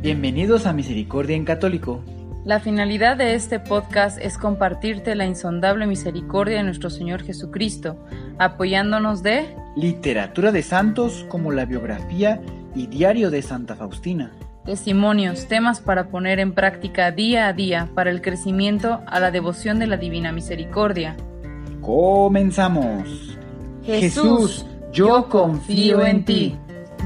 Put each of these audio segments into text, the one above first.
Bienvenidos a Misericordia en Católico. La finalidad de este podcast es compartirte la insondable misericordia de nuestro Señor Jesucristo, apoyándonos de literatura de santos como la biografía y diario de Santa Faustina, testimonios, temas para poner en práctica día a día para el crecimiento a la devoción de la Divina Misericordia. ¡Comenzamos! Jesús, yo confío en ti.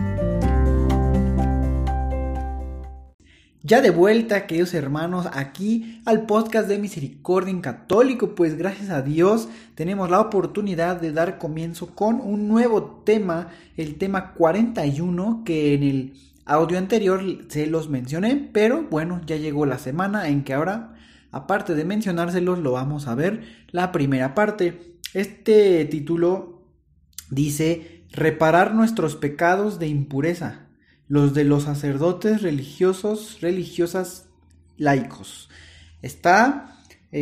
Ya de vuelta, queridos hermanos, aquí al podcast de Misericordia en Católico, pues gracias a Dios tenemos la oportunidad de dar comienzo con un nuevo tema, el tema 41, que en el audio anterior se los mencioné, pero bueno, ya llegó la semana en que ahora, aparte de mencionárselos, lo vamos a ver la primera parte. Este título dice: reparar nuestros pecados de impureza, los de los sacerdotes religiosas, laicos. Está,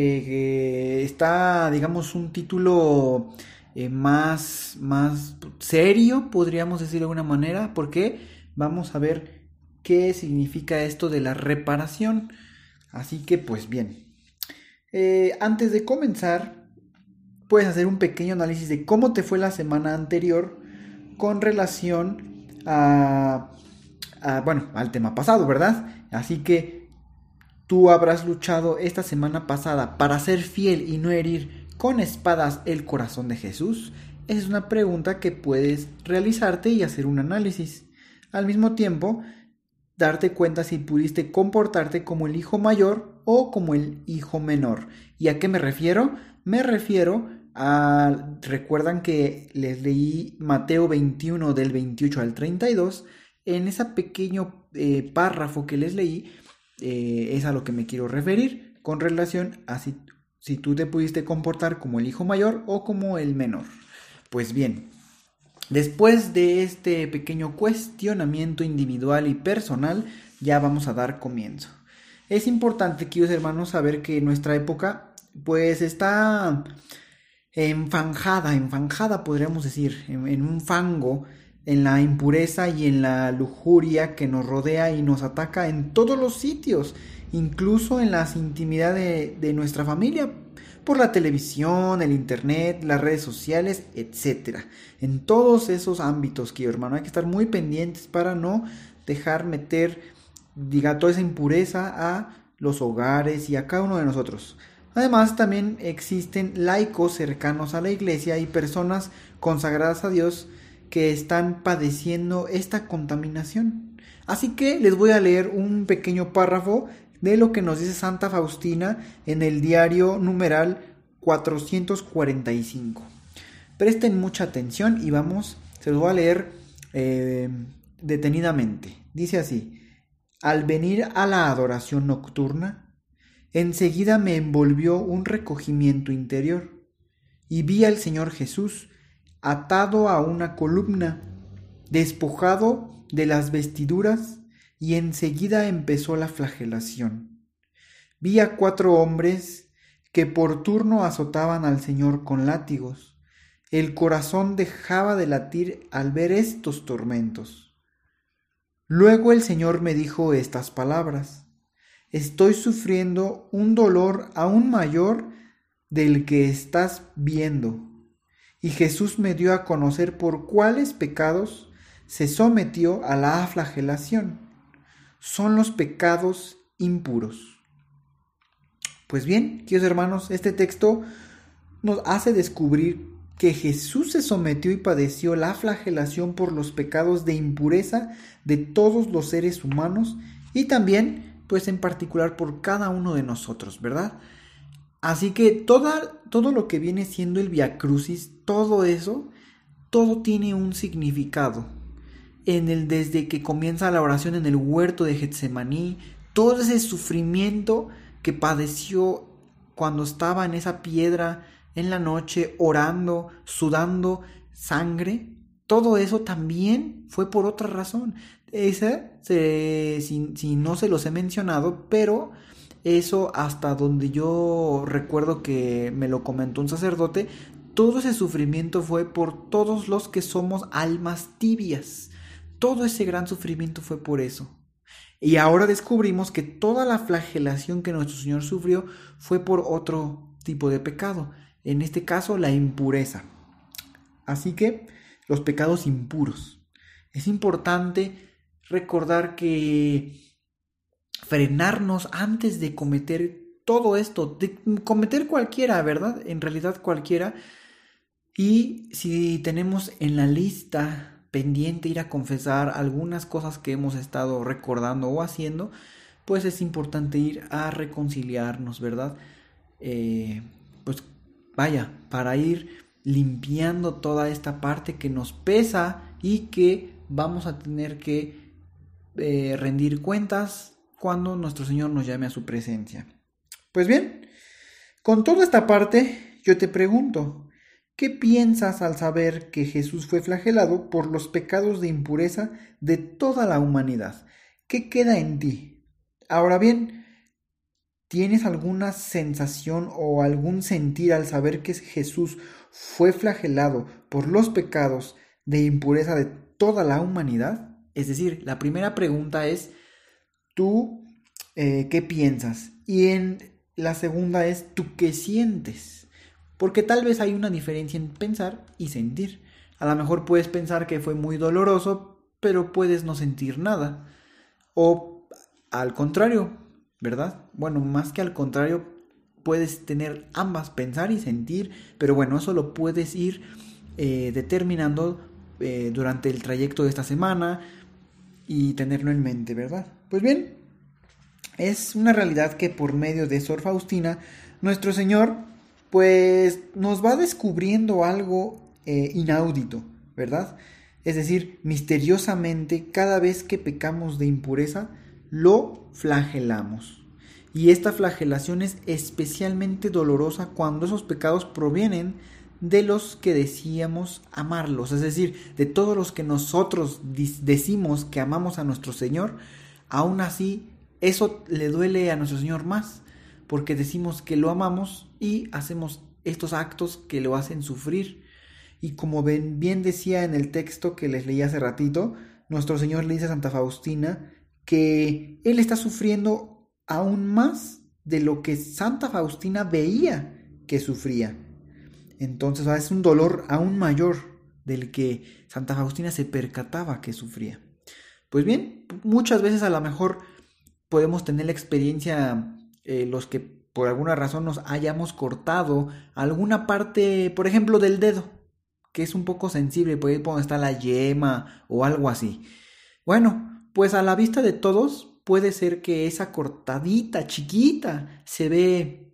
digamos, un título más serio, podríamos decir de alguna manera, porque vamos a ver qué significa esto de la reparación. Así que, pues bien, antes de comenzar, puedes hacer un pequeño análisis de cómo te fue la semana anterior con relación al tema pasado, ¿verdad? Así que tú habrás luchado esta semana pasada para ser fiel y no herir con espadas el corazón de Jesús. Esa es una pregunta que puedes realizarte y hacer un análisis. Al mismo tiempo, darte cuenta si pudiste comportarte como el hijo mayor o como el hijo menor. ¿Y a qué me refiero? Me refiero a... Recuerdan que les leí Mateo 21 del 28 al 32. En ese pequeño párrafo que les leí, es a lo que me quiero referir con relación a si tú te pudiste comportar como el hijo mayor o como el menor. Pues bien, después de este pequeño cuestionamiento individual y personal, ya vamos a dar comienzo. Es importante, queridos hermanos, saber que nuestra época pues está enfanjada, podríamos decir, en un fango, en la impureza y en la lujuria que nos rodea y nos ataca en todos los sitios, incluso en las intimidades de nuestra familia, por la televisión, el internet, las redes sociales, etc. En todos esos ámbitos, que hermano, hay que estar muy pendientes para no dejar meter, toda esa impureza a los hogares y a cada uno de nosotros. Además, también existen laicos cercanos a la iglesia y personas consagradas a Dios que están padeciendo esta contaminación. Así que les voy a leer un pequeño párrafo de lo que nos dice Santa Faustina en el diario numeral 445. Presten mucha atención y se los voy a leer detenidamente. Dice así: al venir a la adoración nocturna, enseguida me envolvió un recogimiento interior y vi al Señor Jesús atado a una columna, despojado de las vestiduras, y enseguida empezó la flagelación. Vi a 4 hombres que por turno azotaban al Señor con látigos. El corazón dejaba de latir al ver estos tormentos. Luego el Señor me dijo estas palabras: estoy sufriendo un dolor aún mayor del que estás viendo. Y Jesús me dio a conocer por cuáles pecados se sometió a la flagelación. Son los pecados impuros. Pues bien, queridos hermanos, este texto nos hace descubrir que Jesús se sometió y padeció la flagelación por los pecados de impureza de todos los seres humanos y también, pues en particular, por cada uno de nosotros, ¿verdad? Así que todo lo que viene siendo el Viacrucis, todo eso, todo tiene un significado. Desde que comienza la oración en el huerto de Getsemaní, todo ese sufrimiento que padeció cuando estaba en esa piedra en la noche, orando, sudando sangre, todo eso también fue por otra razón. Si no se los he mencionado, pero eso, hasta donde yo recuerdo que me lo comentó un sacerdote, todo ese sufrimiento fue por todos los que somos almas tibias. Todo ese gran sufrimiento fue por eso. Y ahora descubrimos que toda la flagelación que nuestro Señor sufrió fue por otro tipo de pecado, en este caso la impureza. Así que los pecados impuros. Es importante recordar que frenarnos antes de cometer todo esto, de cometer cualquiera, ¿verdad? En realidad cualquiera. Y si tenemos en la lista pendiente ir a confesar algunas cosas que hemos estado recordando o haciendo, pues es importante ir a reconciliarnos, ¿verdad? Pues vaya, para ir limpiando toda esta parte que nos pesa y que vamos a tener que rendir cuentas cuando nuestro Señor nos llame a su presencia. Pues bien, con toda esta parte yo te pregunto, ¿qué piensas al saber que Jesús fue flagelado por los pecados de impureza de toda la humanidad? ¿Qué queda en ti? Ahora bien, ¿tienes alguna sensación o algún sentir al saber que Jesús fue flagelado por los pecados de impureza de toda la humanidad? Es decir, la primera pregunta es, ¿tú qué piensas? Y la segunda es, ¿tú qué sientes? Porque tal vez hay una diferencia en pensar y sentir. A lo mejor puedes pensar que fue muy doloroso, pero puedes no sentir nada. O al contrario, ¿verdad? Bueno, más que al contrario, puedes tener ambas, pensar y sentir, pero bueno, eso lo puedes ir determinando durante el trayecto de esta semana y tenerlo en mente, ¿verdad? Pues bien, es una realidad que por medio de Sor Faustina, nuestro Señor, pues nos va descubriendo algo inaudito, ¿verdad? Es decir, misteriosamente, cada vez que pecamos de impureza, lo flagelamos. Y esta flagelación es especialmente dolorosa cuando esos pecados provienen de los que decíamos amarlos, es decir, de todos los que nosotros decimos que amamos a nuestro Señor, aún así eso le duele a nuestro Señor más, porque decimos que lo amamos y hacemos estos actos que lo hacen sufrir. Y como bien decía en el texto que les leí hace ratito, nuestro Señor le dice a Santa Faustina que Él está sufriendo aún más de lo que Santa Faustina veía que sufría. Entonces es un dolor aún mayor del que Santa Faustina se percataba que sufría. Pues bien, muchas veces a lo mejor podemos tener la experiencia, los que por alguna razón nos hayamos cortado alguna parte, por ejemplo, del dedo, que es un poco sensible, por ahí donde está la yema o algo así. Bueno, pues a la vista de todos puede ser que esa cortadita chiquita se ve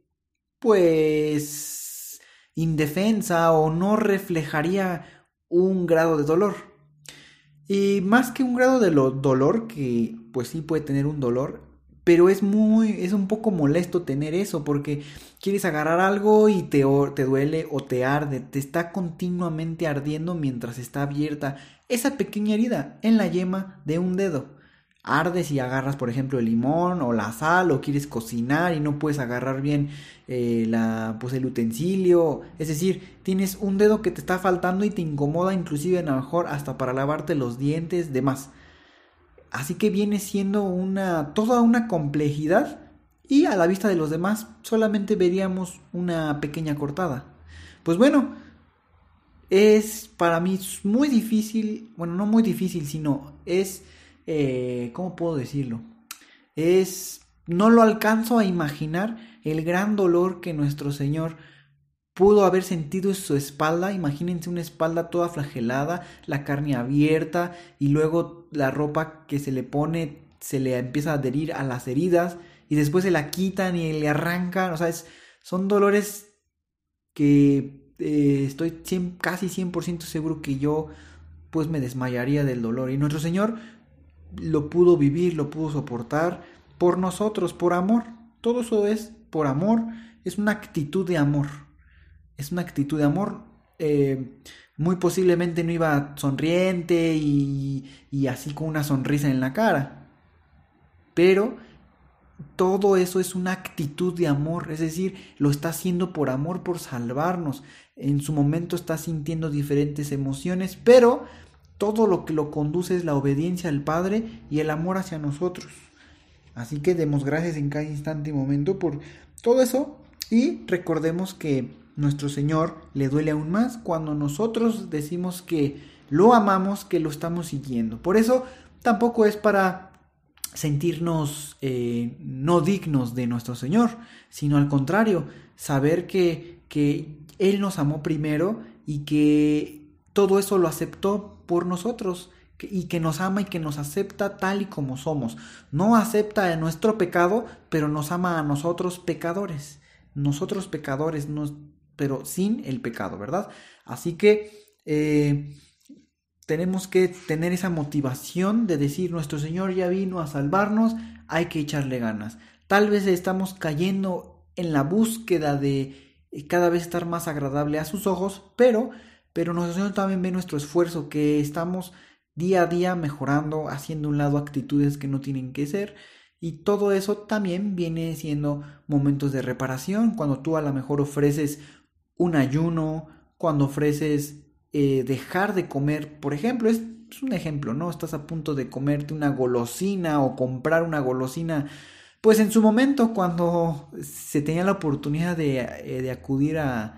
pues indefensa o no reflejaría un grado de dolor. Y más que un grado de dolor, que pues sí puede tener un dolor, pero es un poco molesto tener eso, porque quieres agarrar algo y te duele o te arde, te está continuamente ardiendo mientras está abierta esa pequeña herida en la yema de un dedo. Ardes y agarras, por ejemplo, el limón o la sal, o quieres cocinar y no puedes agarrar bien el utensilio. Es decir, tienes un dedo que te está faltando y te incomoda, inclusive a lo mejor hasta para lavarte los dientes, demás. Así que viene siendo toda una complejidad, y a la vista de los demás solamente veríamos una pequeña cortada. Pues bueno, es para mí muy difícil, bueno, no muy difícil, sino es, ¿cómo puedo decirlo? No lo alcanzo a imaginar el gran dolor que nuestro Señor pudo haber sentido en su espalda. Imagínense una espalda toda flagelada, la carne abierta, y luego la ropa que se le pone se le empieza a adherir a las heridas, y después se la quitan y le arrancan. O sea, son dolores que estoy casi 100% seguro que yo pues me desmayaría del dolor. Y nuestro Señor lo pudo vivir, lo pudo soportar por nosotros, por amor. Todo eso es por amor, es una actitud de amor. Es una actitud de amor. Muy posiblemente no iba sonriente y así con una sonrisa en la cara, pero todo eso es una actitud de amor. Es decir, lo está haciendo por amor, por salvarnos. En su momento está sintiendo diferentes emociones, pero todo lo que lo conduce es la obediencia al Padre y el amor hacia nosotros. Así que demos gracias en cada instante y momento por todo eso y recordemos que nuestro Señor le duele aún más cuando nosotros decimos que lo amamos, que lo estamos siguiendo. Por eso tampoco es para sentirnos no dignos de nuestro Señor, sino al contrario, saber que Él nos amó primero y que todo eso lo aceptó por nosotros y que nos ama y que nos acepta tal y como somos. No acepta nuestro pecado, pero nos ama a nosotros pecadores. Nosotros pecadores, pero sin el pecado, ¿verdad? Así que tenemos que tener esa motivación de decir, nuestro Señor ya vino a salvarnos, hay que echarle ganas. Tal vez estamos cayendo en la búsqueda de cada vez estar más agradable a sus ojos, pero nuestro Señor también ve nuestro esfuerzo, que estamos día a día mejorando, haciendo a un lado actitudes que no tienen que ser, y todo eso también viene siendo momentos de reparación, cuando tú a lo mejor ofreces un ayuno, cuando ofreces dejar de comer, por ejemplo, es un ejemplo, ¿no? Estás a punto de comerte una golosina o comprar una golosina, pues en su momento cuando se tenía la oportunidad de acudir a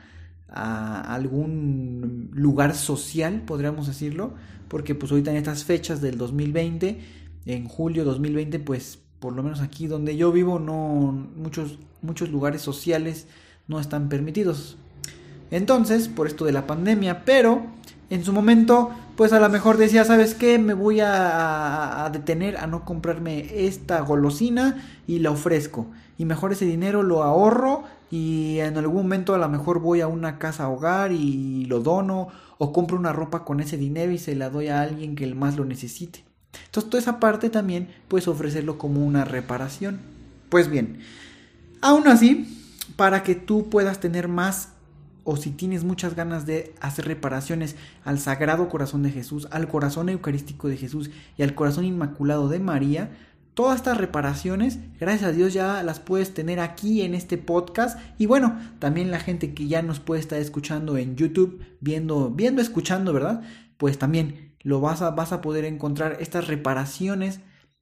algún lugar social, podríamos decirlo, porque pues ahorita en estas fechas del 2020, en julio 2020, pues por lo menos aquí donde yo vivo, no muchos lugares sociales no están permitidos. Entonces, por esto de la pandemia, pero en su momento, pues a lo mejor decía, ¿sabes qué? Me voy a detener a no comprarme esta golosina y la ofrezco. Y mejor ese dinero lo ahorro y en algún momento a lo mejor voy a una casa hogar y lo dono o compro una ropa con ese dinero y se la doy a alguien que más lo necesite. Entonces toda esa parte también puedes ofrecerlo como una reparación. Pues bien, aún así, para que tú puedas tener más, o si tienes muchas ganas de hacer reparaciones al Sagrado Corazón de Jesús, al Corazón Eucarístico de Jesús y al Corazón Inmaculado de María, todas estas reparaciones, gracias a Dios, ya las puedes tener aquí en este podcast. Y bueno, también la gente que ya nos puede estar escuchando en YouTube, viendo, escuchando, ¿verdad? Pues también lo vas a poder encontrar estas reparaciones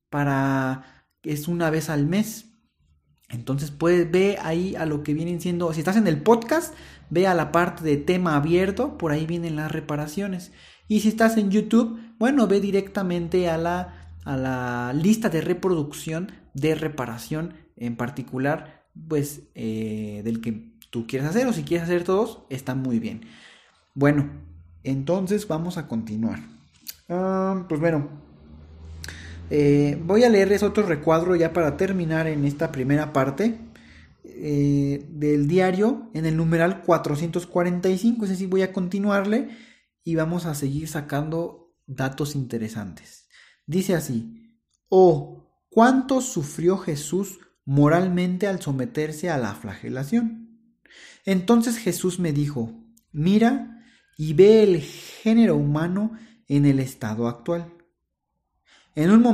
es una vez al mes. Entonces puedes ver ahí a lo que vienen siendo, si estás en el podcast, ve a la parte de tema abierto, por ahí vienen las reparaciones. Y si estás en YouTube, bueno, ve directamente a la lista de reproducción de reparación en particular, pues del que tú quieras hacer, o si quieres hacer todos, está muy bien. Bueno, entonces vamos a continuar. Pues bueno, voy a leerles otro recuadro ya para terminar en esta primera parte del diario, en el numeral 445. Es decir, voy a continuarle y vamos a seguir sacando datos interesantes. Dice así: oh, cuánto sufrió Jesús moralmente al someterse a la flagelación. Entonces Jesús me dijo: mira y ve el género humano en el estado actual. En un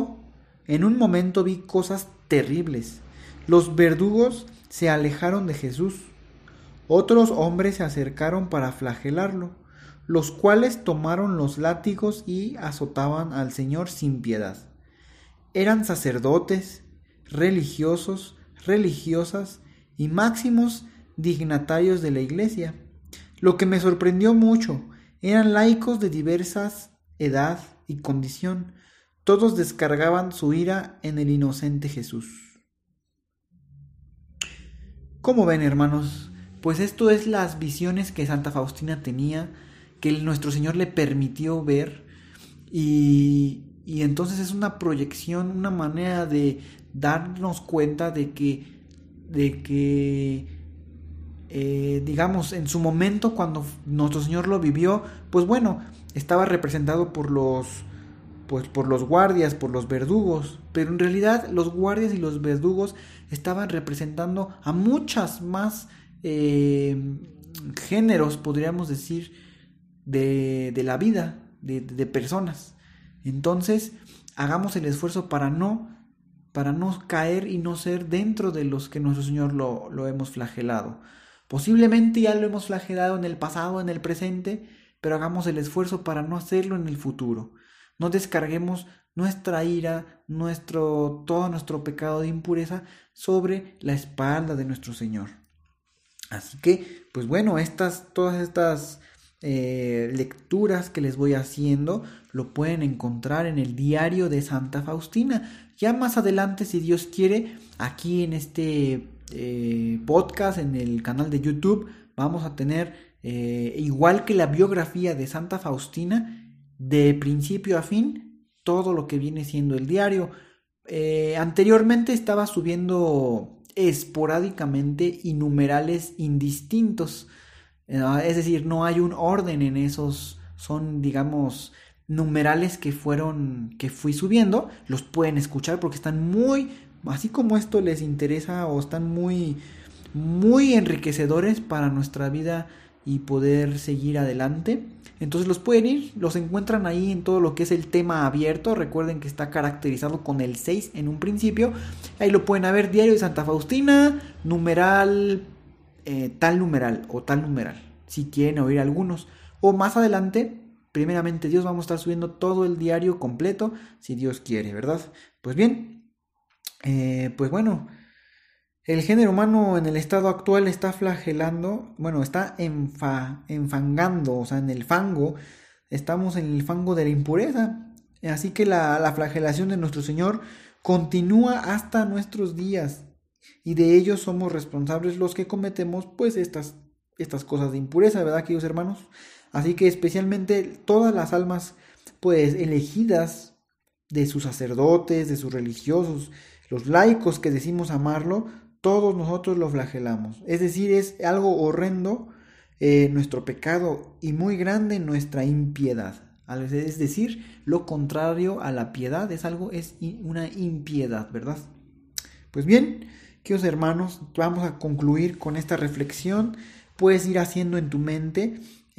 momento vi cosas terribles. Los verdugos se alejaron de Jesús. Otros hombres se acercaron para flagelarlo, los cuales tomaron los látigos y azotaban al Señor sin piedad. Eran sacerdotes, religiosos, religiosas y máximos dignatarios de la iglesia. Lo que me sorprendió mucho, eran laicos de diversas edad y condición. Todos descargaban su ira en el inocente Jesús. ¿Cómo ven, hermanos? Pues esto es las visiones que Santa Faustina tenía, que nuestro Señor le permitió ver, y entonces es una proyección, una manera de darnos cuenta de que digamos, en su momento cuando nuestro Señor lo vivió, pues bueno, estaba representado por los guardias, por los verdugos, pero en realidad los guardias y los verdugos estaban representando a muchas más géneros, podríamos decir, de la vida, de personas. Entonces, hagamos el esfuerzo para no caer y no ser dentro de los que nuestro Señor lo hemos flagelado. Posiblemente ya lo hemos flagelado en el pasado, en el presente, pero hagamos el esfuerzo para no hacerlo en el futuro. no descarguemos nuestra ira, todo nuestro pecado de impureza sobre la espalda de nuestro Señor. Así que, pues bueno, todas estas lecturas que les voy haciendo lo pueden encontrar en el diario de Santa Faustina. Ya más adelante, si Dios quiere, aquí en este podcast, en el canal de YouTube, vamos a tener, igual que la biografía de Santa Faustina, de principio a fin, todo lo que viene siendo el diario. Anteriormente estaba subiendo esporádicamente y numerales indistintos, es decir, no hay un orden en esos, son, digamos, numerales que fui subiendo. Los pueden escuchar porque están muy, así como esto les interesa, o están muy, muy enriquecedores para nuestra vida y poder seguir adelante. Entonces los encuentran ahí en todo lo que es el tema abierto. Recuerden que está caracterizado con el 6 en un principio. Ahí lo pueden ver, diario de Santa Faustina, numeral, tal numeral o tal numeral, si quieren oír algunos. O más adelante, primeramente Dios, vamos a estar subiendo todo el diario completo, si Dios quiere, ¿verdad? Pues bien, pues bueno, el género humano en el estado actual está flagelando, bueno, está enfangando, o sea, en el fango, estamos en el fango de la impureza. Así que la flagelación de nuestro Señor continúa hasta nuestros días, y de ello somos responsables los que cometemos pues estas cosas de impureza, ¿verdad, queridos hermanos? Así que especialmente todas las almas pues elegidas de sus sacerdotes, de sus religiosos, los laicos que decimos amarlo, todos nosotros lo flagelamos. Es decir, es algo horrendo nuestro pecado, y muy grande nuestra impiedad. Es decir, lo contrario a la piedad es una impiedad, ¿verdad? Pues bien, queridos hermanos, vamos a concluir con esta reflexión. Puedes ir haciendo en tu mente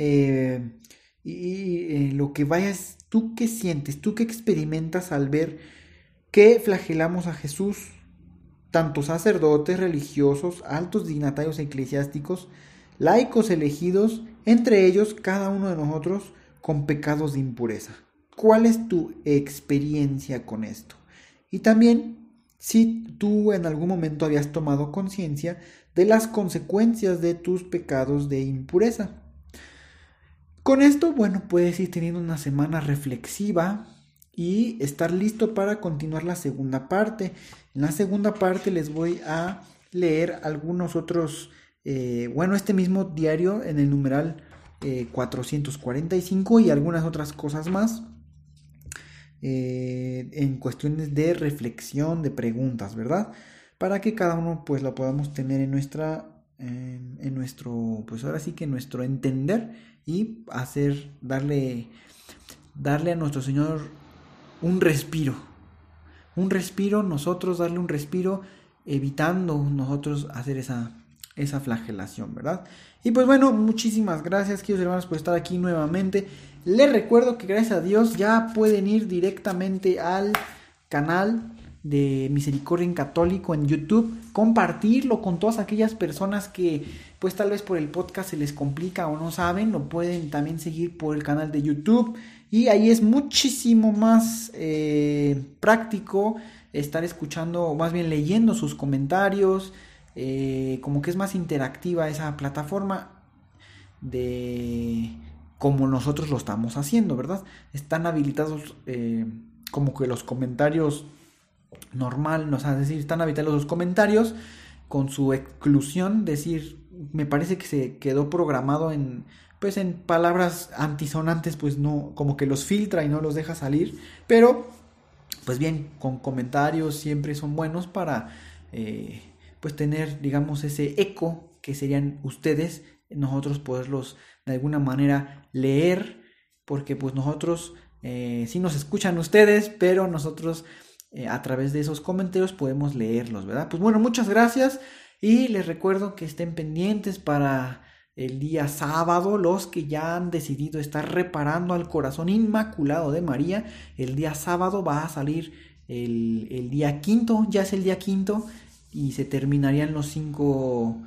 lo que vayas, tú qué sientes, tú qué experimentas al ver que flagelamos a Jesús, tanto sacerdotes, religiosos, altos dignatarios eclesiásticos, laicos elegidos, entre ellos cada uno de nosotros con pecados de impureza. ¿Cuál es tu experiencia con esto? Y también, si tú en algún momento habías tomado conciencia de las consecuencias de tus pecados de impureza. Con esto, bueno, puedes ir teniendo una semana reflexiva y estar listo para continuar la segunda parte. En la segunda parte les voy a leer algunos otros, este mismo diario en el numeral 445 y algunas otras cosas más. En cuestiones de reflexión, de preguntas, ¿verdad? Para que cada uno pues lo podamos tener en nuestro, pues ahora sí que en nuestro entender, y darle a nuestro Señor un respiro, nosotros darle un respiro, evitando nosotros hacer esa flagelación, ¿verdad? Y pues bueno, muchísimas gracias, queridos hermanos, por estar aquí nuevamente. Les recuerdo que gracias a Dios ya pueden ir directamente al canal de Misericordia en Católico en YouTube, compartirlo con todas aquellas personas que pues tal vez por el podcast se les complica o no saben. Lo pueden también seguir por el canal de YouTube, y ahí es muchísimo más práctico estar escuchando, o más bien leyendo sus comentarios. Como que es más interactiva esa plataforma de como nosotros lo estamos haciendo, ¿verdad? Están habilitados como que los comentarios normal, o sea, es decir, están habilitados los comentarios con su exclusión, decir, me parece que se quedó programado en palabras antisonantes, pues no, como que los filtra y no los deja salir, pero pues bien, con comentarios siempre son buenos para pues tener, digamos, ese eco que serían ustedes, nosotros poderlos de alguna manera leer, porque pues nosotros sí nos escuchan ustedes, pero nosotros a través de esos comentarios podemos leerlos, ¿verdad? Pues bueno, muchas gracias, y les recuerdo que estén pendientes para el día sábado, los que ya han decidido estar reparando al corazón inmaculado de María. El día sábado va a salir el día quinto, ya es el día quinto, y se terminarían los cinco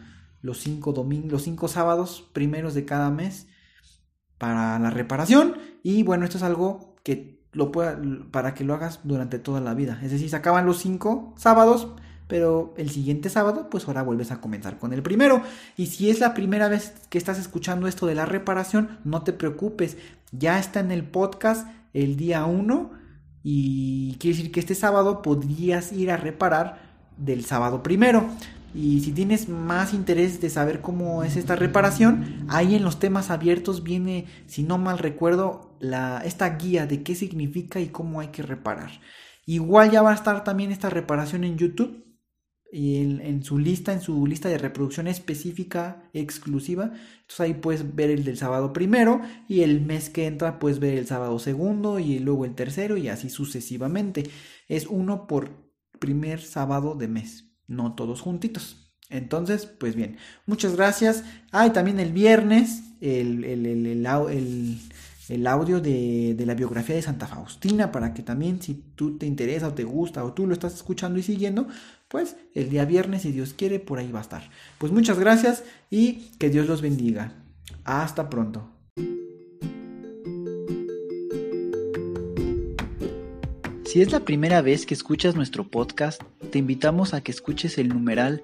sábados primeros de cada mes para la reparación. Y bueno, esto es algo que para que lo hagas durante toda la vida. Es decir, se acaban los 5 sábados, pero el siguiente sábado, pues ahora vuelves a comenzar con el primero. Y si es la primera vez que estás escuchando esto de la reparación, no te preocupes, ya está en el podcast el día 1 y quiere decir que este sábado podrías ir a reparar del sábado primero. Y si tienes más interés de saber cómo es esta reparación, ahí en los temas abiertos viene, si no mal recuerdo, esta guía de qué significa y cómo hay que reparar. Igual ya va a estar también esta reparación en YouTube y en su lista de reproducción específica, exclusiva. Entonces ahí puedes ver el del sábado primero y el mes que entra puedes ver el sábado segundo y luego el tercero y así sucesivamente. Es uno por primer sábado de mes. No todos juntitos. Entonces, pues bien, muchas gracias. Y también el viernes el audio de la biografía de Santa Faustina, para que también, si tú te interesa o te gusta o tú lo estás escuchando y siguiendo, pues el día viernes, si Dios quiere, por ahí va a estar. Pues muchas gracias y que Dios los bendiga. Hasta pronto. Si es la primera vez que escuchas nuestro podcast, te invitamos a que escuches el numeral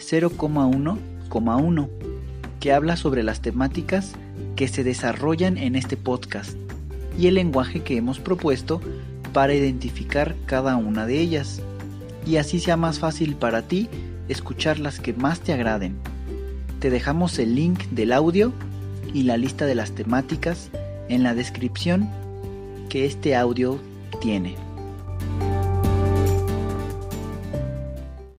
0,1,1, que habla sobre las temáticas que se desarrollan en este podcast y el lenguaje que hemos propuesto para identificar cada una de ellas, y así sea más fácil para ti escuchar las que más te agraden. Te dejamos el link del audio y la lista de las temáticas en la descripción que este audio tiene.